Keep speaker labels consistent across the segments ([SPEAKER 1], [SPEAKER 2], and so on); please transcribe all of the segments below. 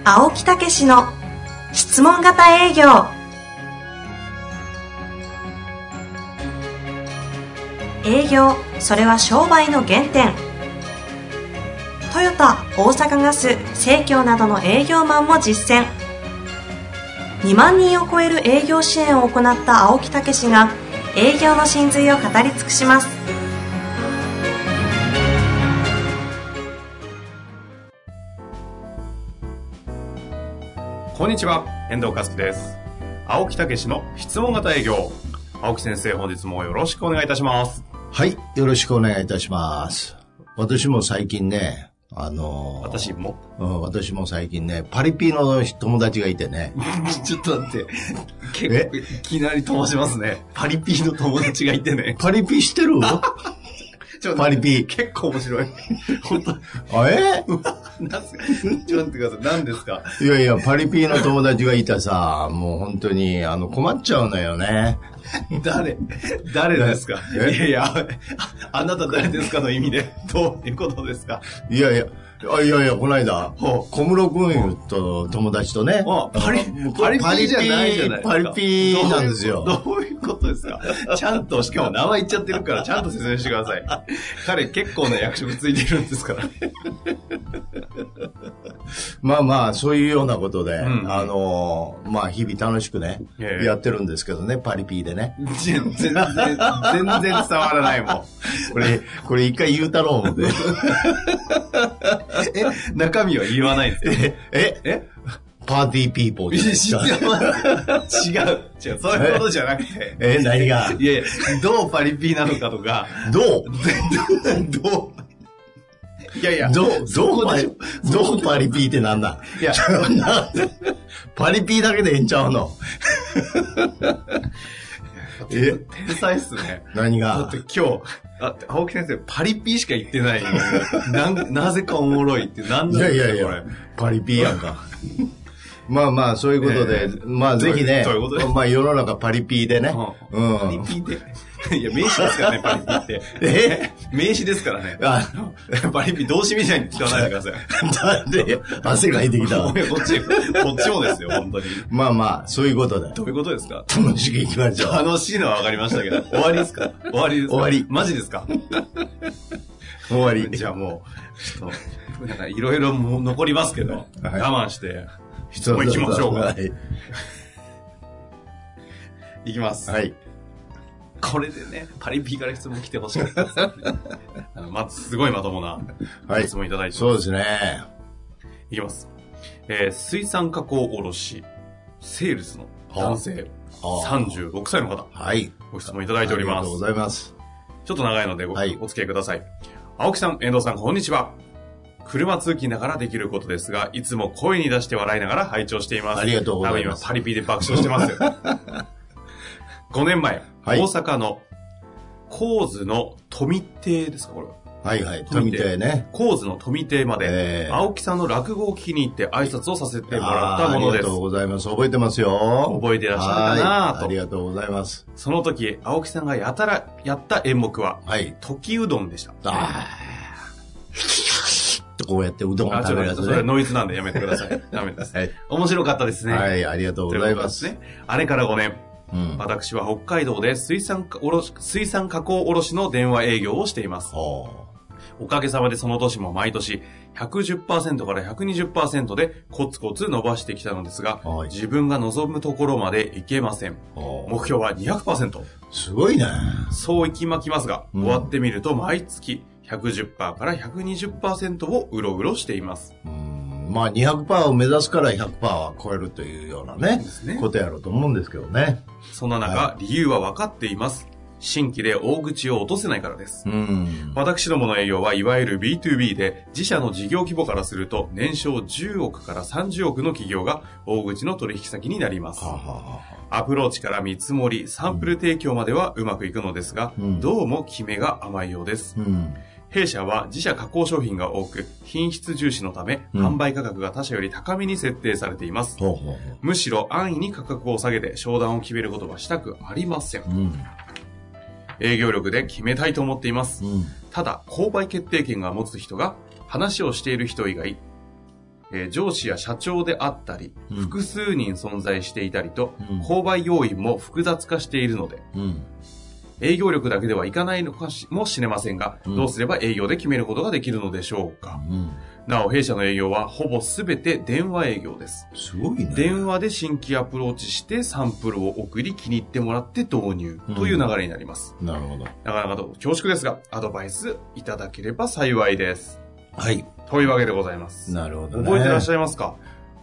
[SPEAKER 1] 青木武の質問型営業。営業、それは商売の原点。トヨタ、大阪ガス、生協などの営業マンも実践。2万人を超える営業支援を行った青木武が営業の真髄を語り尽くします。
[SPEAKER 2] こんにちは、遠藤和樹です。青木武の質問型営業。青木先生、本日もよろしくお願いいたします。
[SPEAKER 3] はい、よろしくお願いいたします。私も最近ね、
[SPEAKER 2] 私も
[SPEAKER 3] 最近ね、パリピの友達がいてね。
[SPEAKER 2] ちょっと待って。結構、いきなり飛ばしますね。パリピの友達がいてね。
[SPEAKER 3] パリピしてるパリピ。
[SPEAKER 2] 結構面白い。本当。なんすかちょっと待ってください。何ですか？
[SPEAKER 3] いやいや、パリピの友達がいたさ、もう本当に、困っちゃうのよね。
[SPEAKER 2] 誰ですか？いやいや、あなた誰ですかの意味で、どういうことですか？
[SPEAKER 3] いやいや、この間、小室君と友達とね。
[SPEAKER 2] パリピじゃないじゃないですか。
[SPEAKER 3] パリピなんですよ。
[SPEAKER 2] どういうことですか？ちゃんと、しかも名前言っちゃってるから、ちゃんと説明してください。彼結構な役職ついてるんですから。
[SPEAKER 3] まあまあ、そういうようなことで、まあ、日々楽しくね、やってるんですけどね、パリピでね。
[SPEAKER 2] 全然伝わらないもん。
[SPEAKER 3] これ一回言うたろう思って。
[SPEAKER 2] 中身は言わないんですよ。
[SPEAKER 3] パーティーピーポー
[SPEAKER 2] 知ってます。違う。そういうことじゃなくて。
[SPEAKER 3] 何が？
[SPEAKER 2] いや、どうパリピなのかとか。
[SPEAKER 3] どう
[SPEAKER 2] いやいや。
[SPEAKER 3] どうパリピってなんだ？いや、パリピだけでええんちゃうの？
[SPEAKER 2] 天才っすね。
[SPEAKER 3] 何が？
[SPEAKER 2] だって今日、青木先生、パリピしか言ってないのに、なぜかおもろいって、なんなんですか、
[SPEAKER 3] いや、パリピやんか。まあまあ、そういうことで、まあぜひね、まあ世の中パリピでね。
[SPEAKER 2] パリピで。いや、名詞ですからね、パリピって。名詞ですからね。パリピ動詞みたいに使わないでください。
[SPEAKER 3] なんで、汗かいてきたわ。
[SPEAKER 2] こっちもですよ、本当に。
[SPEAKER 3] まあまあ、そういうことで。
[SPEAKER 2] どういうことですか？
[SPEAKER 3] 楽しくいきましょう。
[SPEAKER 2] 楽しいのは分かりましたけど、終わりですか？終わりですか？
[SPEAKER 3] 終わり。
[SPEAKER 2] マジですか？
[SPEAKER 3] 終わり。
[SPEAKER 2] じゃあもう、ちょっと、なんかいろいろもう残りますけど、我慢して、質問行きましょうか。いきます。
[SPEAKER 3] はい。
[SPEAKER 2] これでね、パリピから質問来てほしかったですね。すごいまともな質問いただいてます。
[SPEAKER 3] そうですね。
[SPEAKER 2] いきます。水産加工卸、セールスの男性、36歳の方。
[SPEAKER 3] はい。
[SPEAKER 2] ご質問いただいております。
[SPEAKER 3] ありがとうございます。
[SPEAKER 2] ちょっと長いのでお付き合いください。青木さん、遠藤さん、こんにちは。車通勤ながらできることですが、いつも声に出して笑いながら拝聴しています。
[SPEAKER 3] ありがとうございます。
[SPEAKER 2] 多分今パリピで爆笑してますよ。5年前、大阪の高津の富亭ですか、これは。
[SPEAKER 3] はいはい、富亭ね。
[SPEAKER 2] 高津の富亭まで、青木さんの落語を聞きに行って挨拶をさせてもらったものです。
[SPEAKER 3] ありがとうございます。覚えてますよ。
[SPEAKER 2] 覚えてらっしゃるかなと。
[SPEAKER 3] ありがとうございます。
[SPEAKER 2] その時、青木さんがやった演目は、時うどんでした。
[SPEAKER 3] こうやってうどんを食べるやつね。
[SPEAKER 2] それノイズなんでやめてください。ダメです。面白かったですね。
[SPEAKER 3] はい、ありがとうございます。
[SPEAKER 2] あれから5年。私は北海道で水産加工卸の電話営業をしています。おかげさまでその年も毎年 110% から 120% でコツコツ伸ばしてきたのですが、自分が望むところまでいけません。目標は 200%。
[SPEAKER 3] すごいね。
[SPEAKER 2] そういきまきますが、終わってみると毎月 110% から 120% をうろうろしています。
[SPEAKER 3] まあ 200% を目指すから 100% は超えるというようなね、ことやろうと思うんですけどね。
[SPEAKER 2] そんな中、理由は分かっています。新規で大口を落とせないからです。私どもの営業はいわゆる B2B で、自社の事業規模からすると年商10億から30億の企業が大口の取引先になります。アプローチから見積もり、サンプル提供まではうまくいくのですが、どうも決めが甘いようです。弊社は自社加工商品が多く、品質重視のため、販売価格が他社より高めに設定されています。むしろ安易に価格を下げて商談を決めることはしたくありません。営業力で決めたいと思っています。ただ、購買決定権が持つ人が話をしている人以外、 上司や社長であったり、複数人存在していたりと、購買要因も複雑化しているので、営業力だけではいかないのかもしれませんが、どうすれば営業で決めることができるのでしょうか。なお、弊社の営業はほぼ全て電話営業です。
[SPEAKER 3] すごいね。
[SPEAKER 2] 電話で新規アプローチしてサンプルを送り気に入ってもらって導入という流れになります。
[SPEAKER 3] なるほど。
[SPEAKER 2] なかなかと恐縮ですが、アドバイスいただければ幸いです。
[SPEAKER 3] はい。
[SPEAKER 2] というわけでございます。
[SPEAKER 3] なるほどね。
[SPEAKER 2] 覚えてらっしゃいますか？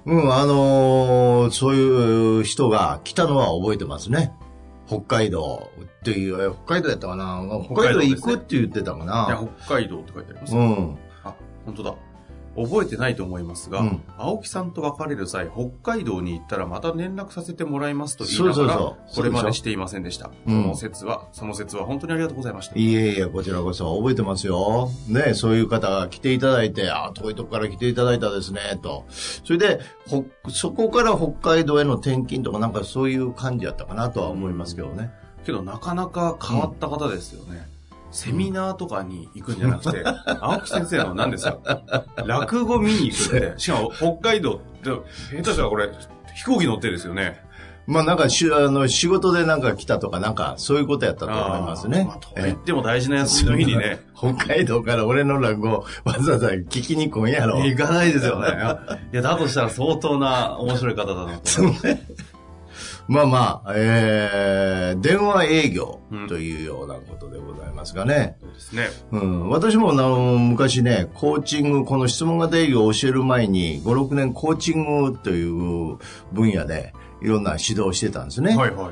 [SPEAKER 3] そういう人が来たのは覚えてますね。北海道っていう、北海道やったかな、北海道行くって言ってたかな。
[SPEAKER 2] いや、北海道って書いてあります。あ、本当だ。覚えてないと思いますが、青木さんと別れる際、北海道に行ったらまた連絡させてもらいますと言いながら、これまでしていませんでした。その説は本当にありがとうございました。
[SPEAKER 3] いえいえ、こちらこそ覚えてますよ。ね、そういう方が来ていただいて、遠いとこから来ていただいたですね、と。それで、そこから北海道への転勤とかなんかそういう感じやったかなとは思いますけどね。
[SPEAKER 2] けどなかなか変わった方ですよね。セミナーとかに行くんじゃなくて、青木先生の何ですか、落語見に行くって、しかも北海道って、下手したらこれ、飛行機乗ってですよね。
[SPEAKER 3] まあなんか仕事でなんか来たとかなんかそういうことやったと思いますね。
[SPEAKER 2] と言っても大事なやつの日にね。
[SPEAKER 3] 北海道から俺の落語わざわざ聞きに来んやろ。
[SPEAKER 2] 行かないですよね。いや、だとしたら相当な面白い方だなと思って。
[SPEAKER 3] まあまあ、電話営業というようなことでございますがね。
[SPEAKER 2] そうですね。
[SPEAKER 3] 私も昔ね、コーチング、この質問型営業を教える前に、5、6年コーチングという分野で、いろんな指導をしてたんですね。
[SPEAKER 2] はいはい。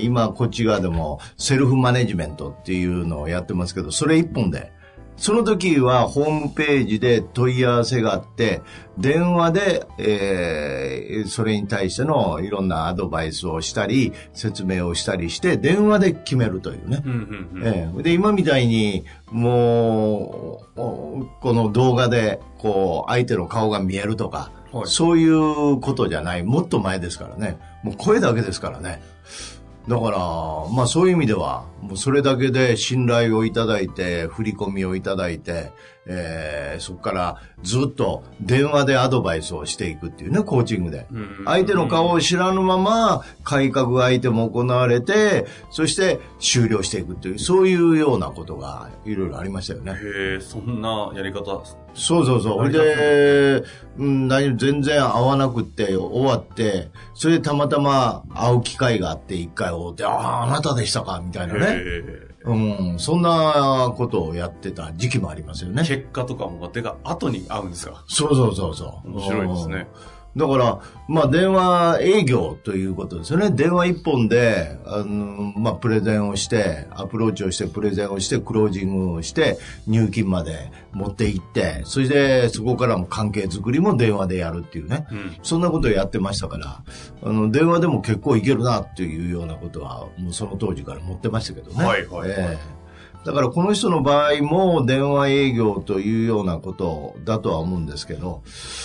[SPEAKER 3] 今、こっち側でも、セルフマネジメントっていうのをやってますけど、それ一本で、その時はホームページで問い合わせがあって、電話で、それに対してのいろんなアドバイスをしたり、説明をしたりして、電話で決めるというね。で、今みたいに、もう、この動画で、こう、相手の顔が見えるとか、はい、そういうことじゃない。もっと前ですからね。もう声だけですからね。だから、まあそういう意味では、もうそれだけで信頼をいただいて、振り込みをいただいて、そこからずっと電話でアドバイスをしていくっていうね、コーチングで。相手の顔を知らぬまま、改革相手も行われて、そして終了していくっていう、そういうようなことがいろいろありましたよね。
[SPEAKER 2] へえ、そんなやり方。
[SPEAKER 3] そうそうそう。で、全然会わなくって終わって、それでたまたま会う機会があって一回会うて、あなたでしたかみたいなね。そんなことをやってた時期もありますよね。
[SPEAKER 2] 結果とかも後に会うんですか？
[SPEAKER 3] そうそうそうそう。
[SPEAKER 2] 面白いですね。
[SPEAKER 3] だから、まあ、電話営業ということですよね。電話一本で、まあ、プレゼンをして、アプローチをして、プレゼンをして、クロージングをして、入金まで持っていって、それで、そこからも関係づくりも電話でやるっていうね。そんなことをやってましたから、電話でも結構いけるなっていうようなことは、もうその当時から持ってましたけどね。
[SPEAKER 2] はいはいはい。
[SPEAKER 3] だからこの人の場合も電話営業というようなことだとは思うんですけど、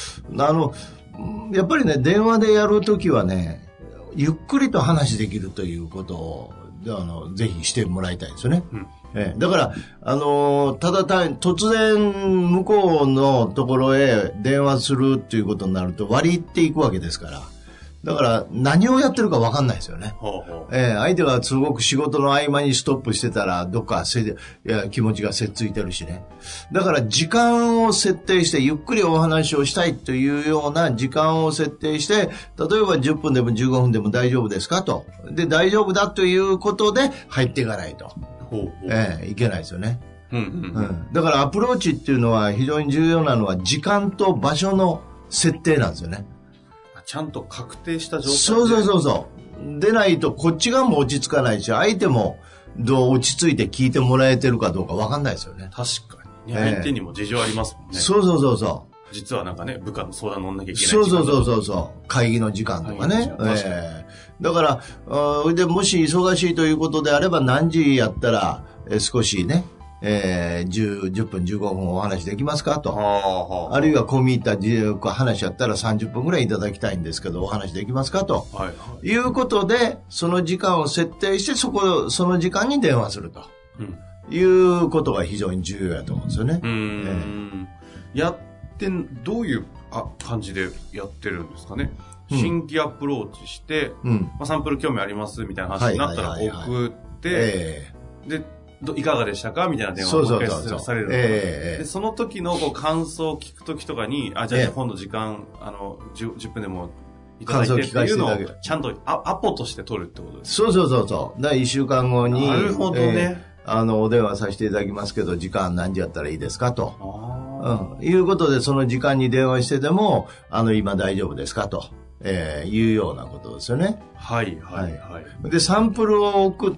[SPEAKER 3] やっぱりね、電話でやるときはね、ゆっくりと話できるということを、ぜひしてもらいたいですよね。だから、突然向こうのところへ電話するっていうことになると割り入っていくわけですから。だから何をやってるか分かんないですよね。相手がすごく仕事の合間にストップしてたらどっか気持ちがせっついてるしね。だから時間を設定してゆっくりお話をしたいというような時間を設定して、例えば10分でも15分でも大丈夫ですかと。で、大丈夫だということで入っていかないと。いけないですよね。だからアプローチっていうのは非常に重要なのは時間と場所の設定なんですよね。
[SPEAKER 2] ちゃんと確定した状態で。
[SPEAKER 3] そうでないとこっち側も落ち着かないし、相手もどう落ち着いて聞いてもらえてるかどうか分かんないですよね。
[SPEAKER 2] 確かに、ね。相手にも事情ありますもんね。
[SPEAKER 3] そう
[SPEAKER 2] 実はなんかね、部下の相談乗んなきゃいけない。
[SPEAKER 3] そう。会議の時間とかね。だから、で、もし忙しいということであれば何時やったら、少しね、10分15分お話できますかと。あるいは込み入った話やったら30分ぐらいいただきたいんですけどお話できますかと、いうことでその時間を設定してその時間に電話すると、いうことが非常に重要だと思うんですよね。
[SPEAKER 2] やってどういう感じでやってるんですかね。新規アプローチして、サンプル興味ありますみたいな話になったら送って、で、いかがでしたかみたいな電話をされるのかな。で、その時の感想を聞く時とかに、じゃあ今度時間、10分でもいただいてっていうのを、ちゃんとアポとして取るってことですか？
[SPEAKER 3] そう。だから1週間後に、
[SPEAKER 2] なるほどね。
[SPEAKER 3] お電話させていただきますけど、時間何時やったらいいですかと。いうことで、その時間に電話してても、今大丈夫ですかと。いうようなことですよね。
[SPEAKER 2] はい。
[SPEAKER 3] で、サンプルを送って、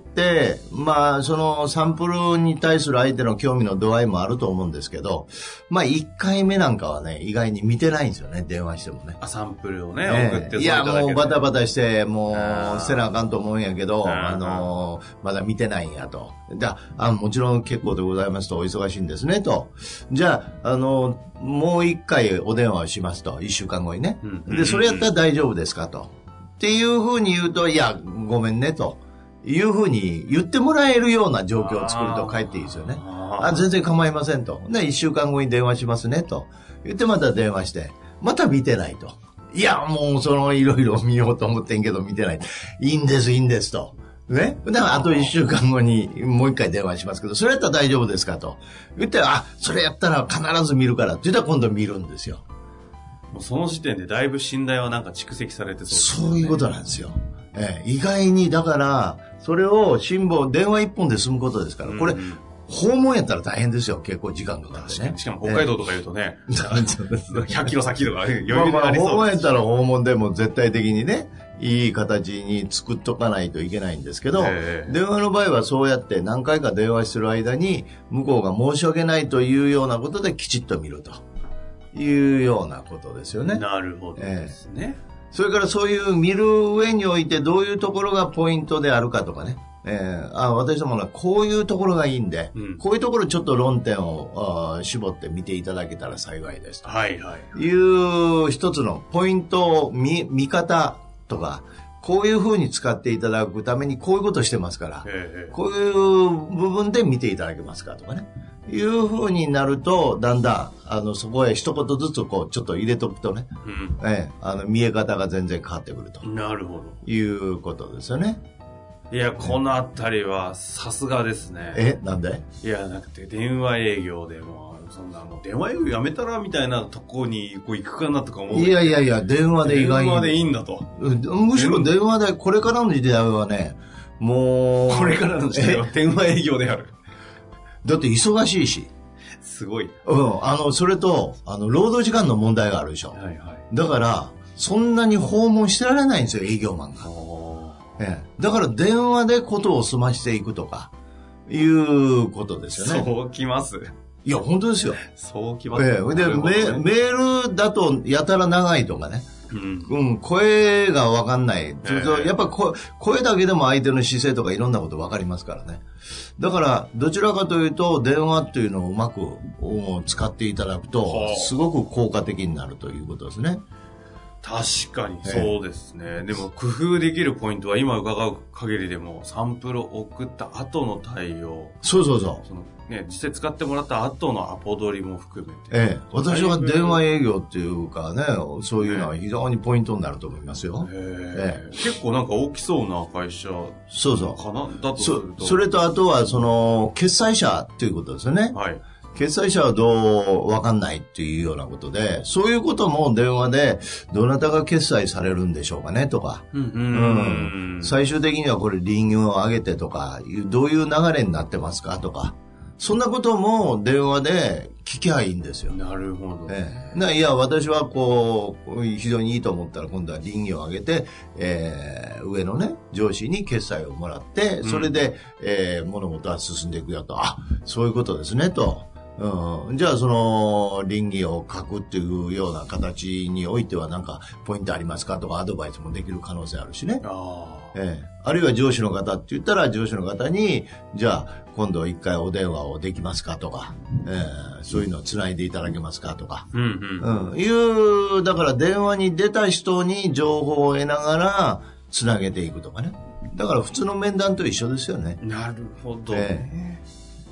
[SPEAKER 3] そのサンプルに対する相手の興味の度合いもあると思うんですけど、1回目なんかはね、意外に見てないんですよね、電話してもね。
[SPEAKER 2] サンプルをね、送って
[SPEAKER 3] いや、もうバタバタして、もう捨てなあかんと思うんやけど、まだ見てないんやと。もちろん結構でございますと、お忙しいんですねと。じゃあ、もう一回お電話をしますと、一週間後にね。で、それやったら大丈夫ですかと。っていうふうに言うと、いや、ごめんねと。いうふうに言ってもらえるような状況を作ると帰っていいですよね。全然構いませんと。で、一週間後に電話しますねと。言ってまた電話して、また見てないと。いや、もういろいろ見ようと思ってんけど見てない。いいんですと。ね。だからあと一週間後にもう一回電話しますけど、それやったら大丈夫ですかと。言って、それやったら必ず見るからって言ったら今度見るんですよ。
[SPEAKER 2] もうその時点でだいぶ信頼はなんか蓄積されてそうですね。
[SPEAKER 3] そういうことなんですよ。意外に、だから、それを電話一本で済むことですから、これ、訪問やったら大変ですよ。結構時間かかってね。
[SPEAKER 2] しかも北海道とか言うとね、100キロ先とか余裕でありそうです。
[SPEAKER 3] 訪問やったら訪問でも絶対的にね、いい形に作っとかないといけないんですけど、電話の場合はそうやって何回か電話してる間に、向こうが申し訳ないというようなことできちっと見るというようなことですよね。
[SPEAKER 2] なるほどですね。
[SPEAKER 3] それからそういう見る上においてどういうところがポイントであるかとかね。私どもはこういうところがいいんで、こういうところちょっと論点を絞って見ていただけたら幸いですと。いう一つのポイントを見方とか、こういう風に使っていただくためにこういうことをしてますから、こういう部分で見ていただけますかとかね。いう風になると、だんだん、そこへ一言ずつちょっと入れとくとね、見え方が全然変わってくると。
[SPEAKER 2] なるほど。
[SPEAKER 3] いうことですよね。
[SPEAKER 2] いや、このあたりはさすがですね。
[SPEAKER 3] なんで？
[SPEAKER 2] いや、なくて電話営業でも、そんな電話営業やめたらみたいなとこに行くかなとか思う。
[SPEAKER 3] いや、電話で意外に。
[SPEAKER 2] 電話でいいんだと。
[SPEAKER 3] むしろ電話で、これからの時代はね、もう。
[SPEAKER 2] これからの時代は電話営業である。
[SPEAKER 3] だって忙しいし。
[SPEAKER 2] すごい。
[SPEAKER 3] それと、労働時間の問題があるでしょ。だから、そんなに訪問してられないんですよ、営業マンが。だから電話でことを済ましていくとか、いうことですよね。
[SPEAKER 2] そうきます。
[SPEAKER 3] いや、本当ですよ。
[SPEAKER 2] そうきます。
[SPEAKER 3] で、メールだとやたら長いとかね。声がわかんない。やっぱ声だけでも相手の姿勢とかいろんなことわかりますからね。だから、どちらかというと、電話っていうのをうまく使っていただくと、すごく効果的になるということですね。
[SPEAKER 2] 確かにそうですね。でも工夫できるポイントは今伺う限りでもサンプルを送った後の対応。
[SPEAKER 3] そう。
[SPEAKER 2] 実際使ってもらった後のアポ取りも含めて。
[SPEAKER 3] 私は電話営業っていうかね、そういうのは非常にポイントになると思いますよ。
[SPEAKER 2] 結構なんか大きそうな会社かなだとすると。
[SPEAKER 3] それとあとは決済者っていうことですよね。決済者はどうわかんないっていうようなことで、そういうことも電話でどなたが決済されるんでしょうかねとか、最終的にはこれリングを上げてとか、どういう流れになってますかとか、そんなことも電話で聞きゃいいんですよ。
[SPEAKER 2] なるほど。
[SPEAKER 3] いや、私は非常にいいと思ったら今度はリングを上げて、上のね、上司に決済をもらって、それで、物事は進んでいくよと。そういうことですねと。じゃあ倫理を書くっていうような形においてはなんかポイントありますかとかアドバイスもできる可能性あるしね。あるいは上司の方って言ったら上司の方にじゃあ今度一回お電話をできますかとか、そういうのをつないでいただけますかとか、だから電話に出た人に情報を得ながらつなげていくとかね。だから普通の面談と一緒ですよね。
[SPEAKER 2] なるほど。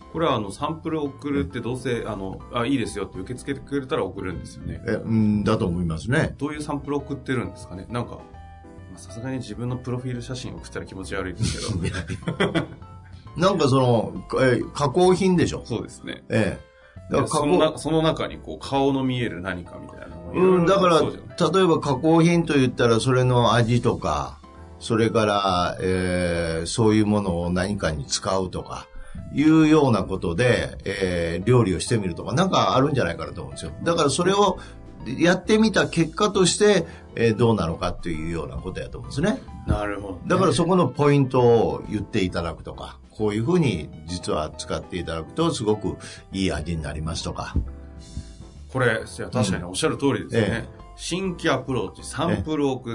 [SPEAKER 2] これはサンプル送るってどうせいいですよって受け付けてくれたら送るんですよね。
[SPEAKER 3] だと思いますね。
[SPEAKER 2] どういうサンプル送ってるんですかね。なんかさすがに自分のプロフィール写真送ったら気持ち悪いですけど
[SPEAKER 3] なんか加工品でしょ。
[SPEAKER 2] そうですね。
[SPEAKER 3] だから
[SPEAKER 2] その中に顔の見える何かみたいなの
[SPEAKER 3] だから例えば加工品と言ったらそれの味とか、それから、そういうものを何かに使うとかいうようなことで、料理をしてみるとかなんかあるんじゃないかなと思うんですよ。だからそれをやってみた結果として、どうなのかっていうようなことやと思うんですね。
[SPEAKER 2] なるほど、ね。
[SPEAKER 3] だからそこのポイントを言っていただくとか、こういうふうに実は使っていただくとすごくいい味になりますとか。
[SPEAKER 2] これ確かにおっしゃる通りですね。新規アプローチ、サンプルを送って、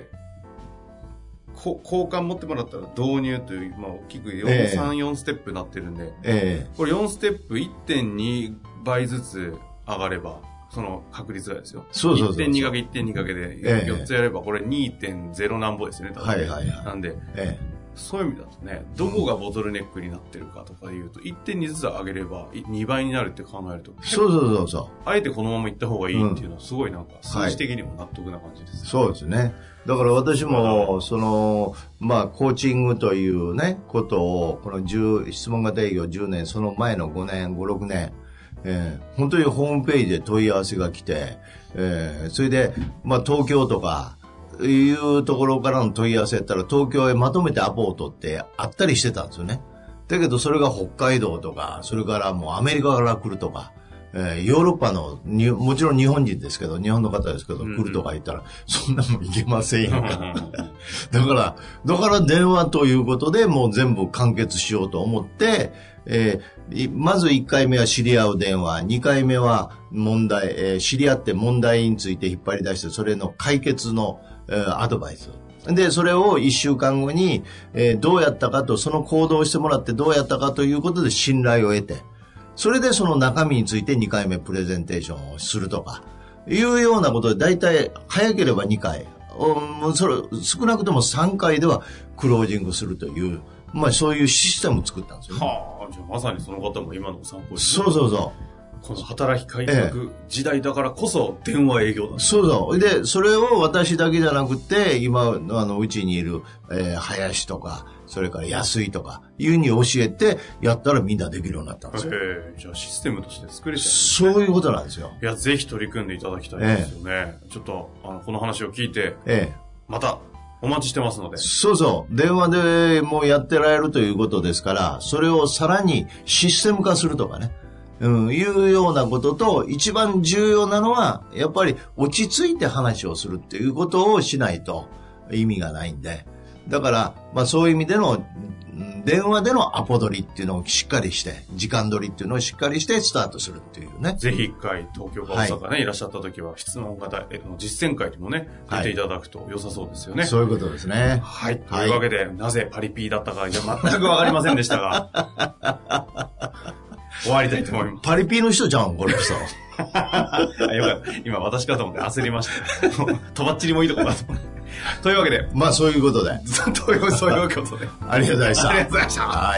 [SPEAKER 2] 交換持ってもらったら導入という、大きく4ステップになってるんで、これ4ステップ 1.2 倍ずつ上がれば、その確率がですよ。1.2 かけ 1.2 かけで4つやれば、これ 2.0 なんぼですね。なんで、そういう意味だとね、どこがボトルネックになってるかとかいうと、1.2 ずつ上げれば2倍になるって考えると、
[SPEAKER 3] そう。
[SPEAKER 2] あえてこのまま行った方がいいっていうのは、すごいなんか、数字的にも納得な感じです、ね。
[SPEAKER 3] そうですね。だから私も、コーチングというね、ことを、この質問型営業10年、その前の5年、5、6年、本当にホームページで問い合わせが来て、それで、東京とか、いうところからの問い合わせやったら東京へまとめてアポを取ってあったりしてたんですよね。だけどそれが北海道とか、それからもうアメリカから来るとか、ヨーロッパのもちろん日本人ですけど、日本の方ですけど、来るとか言ったら、そんなもんいけませんよ。だから電話ということでもう全部完結しようと思って、まず1回目は知り合う電話、2回目は問題、知り合って問題について引っ張り出して、それの解決のアドバイス。で、それを1週間後に、どうやったかと、その行動をしてもらってどうやったかということで信頼を得て、それでその中身について2回目プレゼンテーションをするとか、いうようなことで、だいたい早ければ2回、少なくとも3回ではクロージングするという、そういうシステムを作ったんですよ、ね。
[SPEAKER 2] じゃあまさにその方も今の参考に。
[SPEAKER 3] そう。
[SPEAKER 2] この働き開拓時代だからこそ電話営業だ、
[SPEAKER 3] そう。で、それを私だけじゃなくて、今、うちにいる、林とか、それから安井とか、いうに教えて、やったらみんなできるようになったんですよ。
[SPEAKER 2] じゃあシステムとして作れちゃう、
[SPEAKER 3] そういうことなんですよ。
[SPEAKER 2] いや、ぜひ取り組んでいただきたいですよね。ちょっと、この話を聞いて、また、お待ちしてますので。
[SPEAKER 3] そう。電話でもうやってられるということですから、それをさらにシステム化するとかね。いうようなことと、一番重要なのは、やっぱり落ち着いて話をするっていうことをしないと意味がないんで。だから、そういう意味での、電話でのアポ取りっていうのをしっかりして、時間取りっていうのをしっかりしてスタートするっていうね。
[SPEAKER 2] ぜひ一回、東京か大阪ね、いらっしゃった時は、質問型実践会にもね、出ていただくと良さそうですよね。
[SPEAKER 3] そういうことですね。
[SPEAKER 2] はい。というわけで、なぜパリピーだったか、全くわかりませんでしたが。終わりたいと思います。
[SPEAKER 3] パリピの人じゃん、これさ。
[SPEAKER 2] よかった。今私かと思って焦りました。とばっちりもいいとこだと思って。というわけで。
[SPEAKER 3] そういうことで。
[SPEAKER 2] そういうことで。
[SPEAKER 3] ありがとうございました。
[SPEAKER 2] ありがとうございました。
[SPEAKER 3] はい。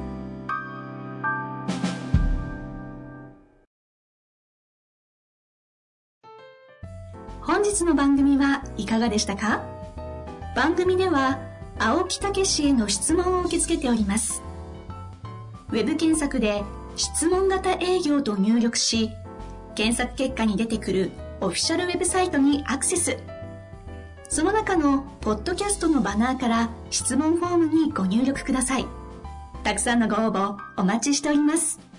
[SPEAKER 1] 本日の番組はいかがでしたか？番組では青木武氏への質問を受け付けております。ウェブ検索で質問型営業と入力し、検索結果に出てくるオフィシャルウェブサイトにアクセス。その中のポッドキャストのバナーから質問フォームにご入力ください。たくさんのご応募お待ちしております。